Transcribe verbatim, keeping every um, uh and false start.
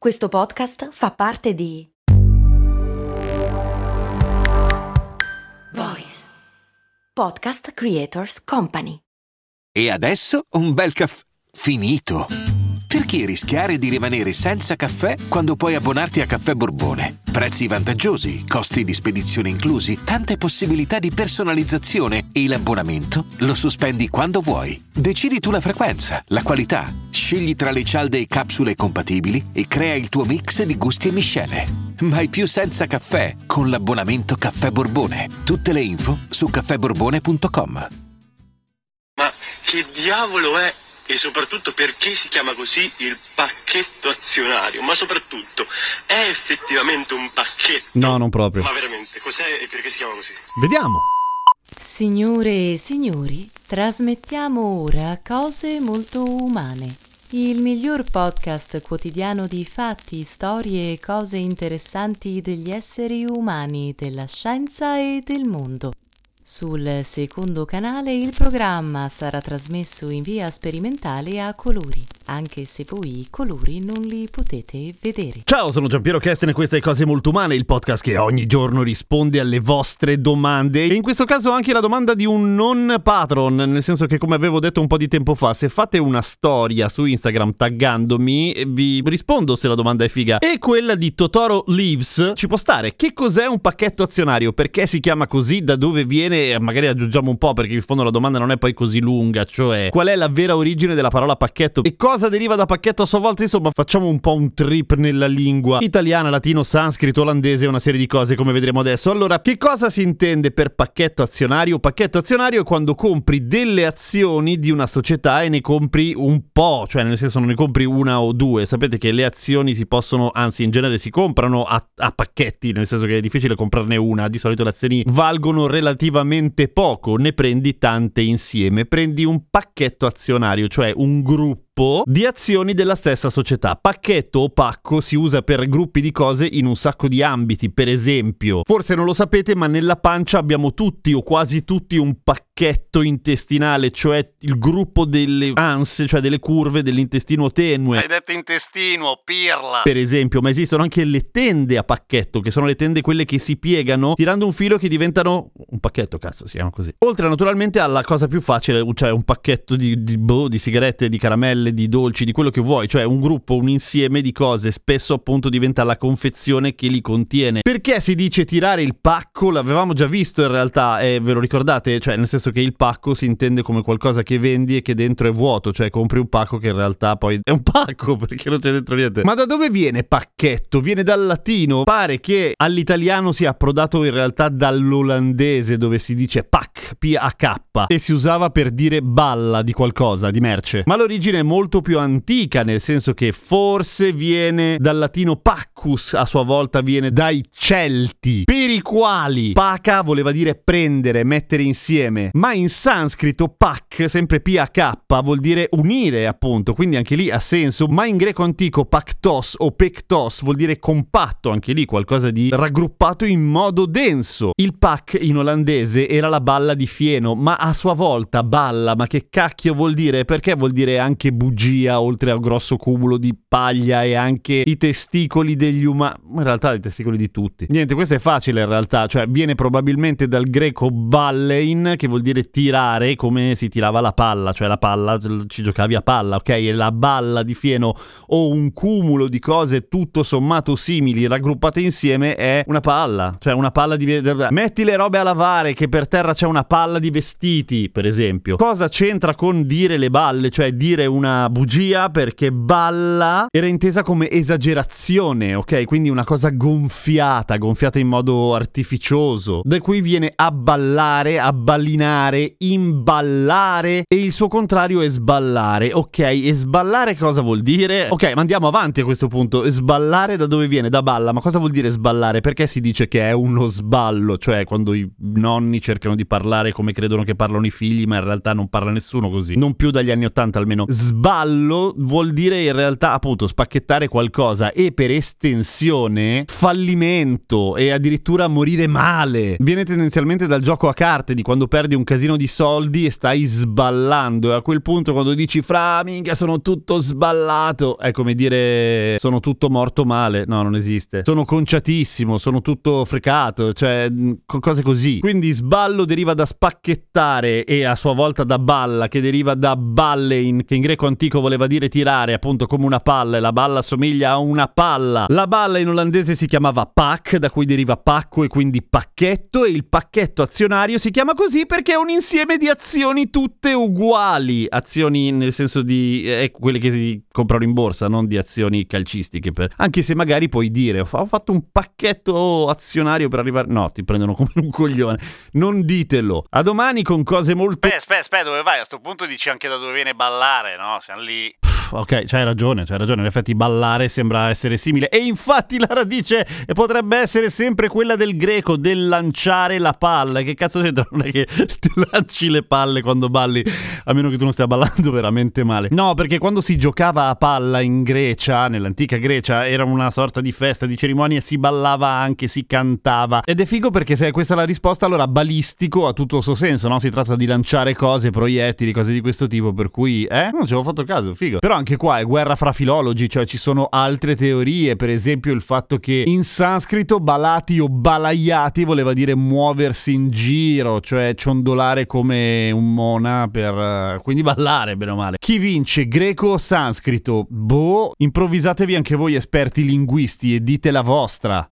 Questo podcast fa parte di Voice Podcast Creators Company. E adesso un bel caffè finito. Perché rischiare di rimanere senza caffè quando puoi abbonarti a Caffè Borbone? Prezzi vantaggiosi, costi di spedizione inclusi, tante possibilità di personalizzazione e l'abbonamento lo sospendi quando vuoi. Decidi tu la frequenza, la qualità, scegli tra le cialde e capsule compatibili e crea il tuo mix di gusti e miscele. Mai più senza caffè con l'abbonamento Caffè Borbone. Tutte le info su caffè borbone punto com. Ma che diavolo è? E soprattutto perché si chiama così il pacchetto azionario? Ma soprattutto, è effettivamente un pacchetto? No, non proprio. Ma veramente, cos'è e perché si chiama così? Vediamo. Signore e signori, trasmettiamo ora Cose Molto Umane, il miglior podcast quotidiano di fatti, storie e cose interessanti degli esseri umani, della scienza e del mondo. Sul secondo canale il programma sarà trasmesso in via sperimentale a colori, anche se voi i colori non li potete vedere. Ciao, sono Giampiero Kesten e questa è Cose Molto Umane, il podcast che ogni giorno risponde alle vostre domande. E in questo caso anche la domanda di un non patron, nel senso che, come avevo detto un po' di tempo fa, se fate una storia su Instagram taggandomi, vi rispondo se la domanda è figa. E quella di Totoro Leaves ci può stare. Che cos'è un pacchetto azionario? Perché si chiama così? Da dove viene? Magari aggiungiamo un po', perché in fondo la domanda non è poi così lunga, cioè qual è la vera origine della parola pacchetto e cosa deriva da pacchetto a sua volta. Insomma, facciamo un po' un trip nella lingua italiana, latino, sanscrito, olandese, una serie di cose come vedremo adesso. Allora, che cosa si intende per pacchetto azionario? Pacchetto azionario è quando compri delle azioni di una società e ne compri un po', cioè nel senso non ne compri una o due. Sapete che le azioni si possono, anzi in genere si comprano a, a pacchetti, nel senso che è difficile comprarne una. Di solito le azioni valgono relativamente poco, ne prendi tante insieme. Prendi un pacchetto azionario, cioè un gruppo di azioni della stessa società. Pacchetto o pacco si usa per gruppi di cose in un sacco di ambiti. Per esempio, forse non lo sapete, ma nella pancia abbiamo tutti o quasi tutti un pacchetto intestinale, cioè il gruppo delle anse, cioè delle curve dell'intestino tenue. Hai detto intestino, pirla! Per esempio, ma esistono anche le tende a pacchetto, che sono le tende quelle che si piegano tirando un filo che diventano un pacchetto, cazzo, si chiama così. Oltre naturalmente alla cosa più facile, cioè un pacchetto di, di, boh, di sigarette, di caramelle, di dolci, di quello che vuoi, cioè un gruppo, un insieme di cose, spesso appunto diventa la confezione che li contiene. Perché si dice tirare il pacco? L'avevamo già visto in realtà, e ve lo ricordate? Cioè nel senso che il pacco si intende come qualcosa che vendi e che dentro è vuoto, cioè compri un pacco che in realtà poi è un pacco perché non c'è dentro niente. Ma da dove viene pacchetto? Viene dal latino. Pare che all'italiano sia approdato in realtà dall'olandese, dove si dice pack, P A K, e si usava per dire balla di qualcosa, di merce. Ma l'origine è molto più antica, nel senso che forse viene dal latino paccus, a sua volta viene dai Celti, per i quali paca voleva dire prendere, mettere insieme, ma in sanscrito pac, sempre P A K, vuol dire unire appunto, quindi anche lì ha senso. Ma in greco antico pactos o pectos vuol dire compatto, anche lì qualcosa di raggruppato in modo denso. Il pack in olandese era la balla di fieno, ma a sua volta balla, ma che cacchio vuol dire? Perché vuol dire anche bugia, oltre al grosso cumulo di paglia, e anche i testicoli degli umani, in realtà i testicoli di tutti. Niente, questo è facile in realtà, cioè viene probabilmente dal greco ballein, che vuol dire tirare, come si tirava la palla, cioè la palla, ci giocavi a palla, ok? E la balla di fieno o un cumulo di cose tutto sommato simili raggruppate insieme è una palla, cioè una palla di... Metti le robe a lavare che per terra c'è una palla di vestiti, per esempio. Cosa c'entra con dire le balle, cioè dire una bugia? Perché balla era intesa come esagerazione, ok? Quindi una cosa gonfiata, gonfiata in modo artificioso. Da cui viene abballare, abballinare, imballare, e il suo contrario è sballare, ok? E sballare cosa vuol dire? Ok, ma andiamo avanti a questo punto. Sballare da dove viene? Da balla. Ma cosa vuol dire sballare? Perché si dice che è uno sballo? Cioè quando i nonni cercano di parlare come credono che parlano i figli, ma in realtà non parla nessuno così. Non più dagli anni ottanta almeno. Sballare sballo vuol dire in realtà appunto spacchettare qualcosa e per estensione fallimento e addirittura morire male. Viene tendenzialmente dal gioco a carte, di quando perdi un casino di soldi e stai sballando, e a quel punto quando dici fra minchia sono tutto sballato è come dire sono tutto morto male. No, non esiste. Sono conciatissimo, sono tutto frecato, cioè co- cose così. Quindi sballo deriva da spacchettare e a sua volta da balla, che deriva da ballein, che in greco antico voleva dire tirare, appunto come una palla, e la balla somiglia a una palla. La balla in olandese si chiamava pak, da cui deriva pacco e quindi pacchetto, e il pacchetto azionario si chiama così perché è un insieme di azioni tutte uguali. Azioni nel senso di eh, quelle che si comprano in borsa, non di azioni calcistiche, per... anche se magari puoi dire ho fatto un pacchetto azionario per arrivare... No, ti prendono come un coglione. Non ditelo. A domani con cose molto... Aspetta, aspetta, aspetta, dove vai? A sto punto dici anche da dove viene ballare, no? Siamo lì... Ok, c'hai ragione, c'hai ragione, in effetti ballare sembra essere simile, e infatti la radice potrebbe essere sempre quella del greco, del lanciare la palla. Che cazzo c'entra? Non è che ti lanci le palle quando balli, a meno che tu non stia ballando veramente male. No, perché quando si giocava a palla in Grecia, nell'antica Grecia, era una sorta di festa, di cerimonia, si ballava anche, si cantava, ed è figo perché se questa è la risposta allora balistico ha tutto il suo senso, no? Si tratta di lanciare cose, proiettili, cose di questo tipo, per cui, eh, non ci avevo fatto caso, figo. Però anche qua è guerra fra filologi, cioè ci sono altre teorie, per esempio il fatto che in sanscrito balati o balaiati voleva dire muoversi in giro, cioè ciondolare come un mona, per quindi ballare bene o male. Chi vince, greco o sanscrito? Boh, improvvisatevi anche voi esperti linguisti e dite la vostra.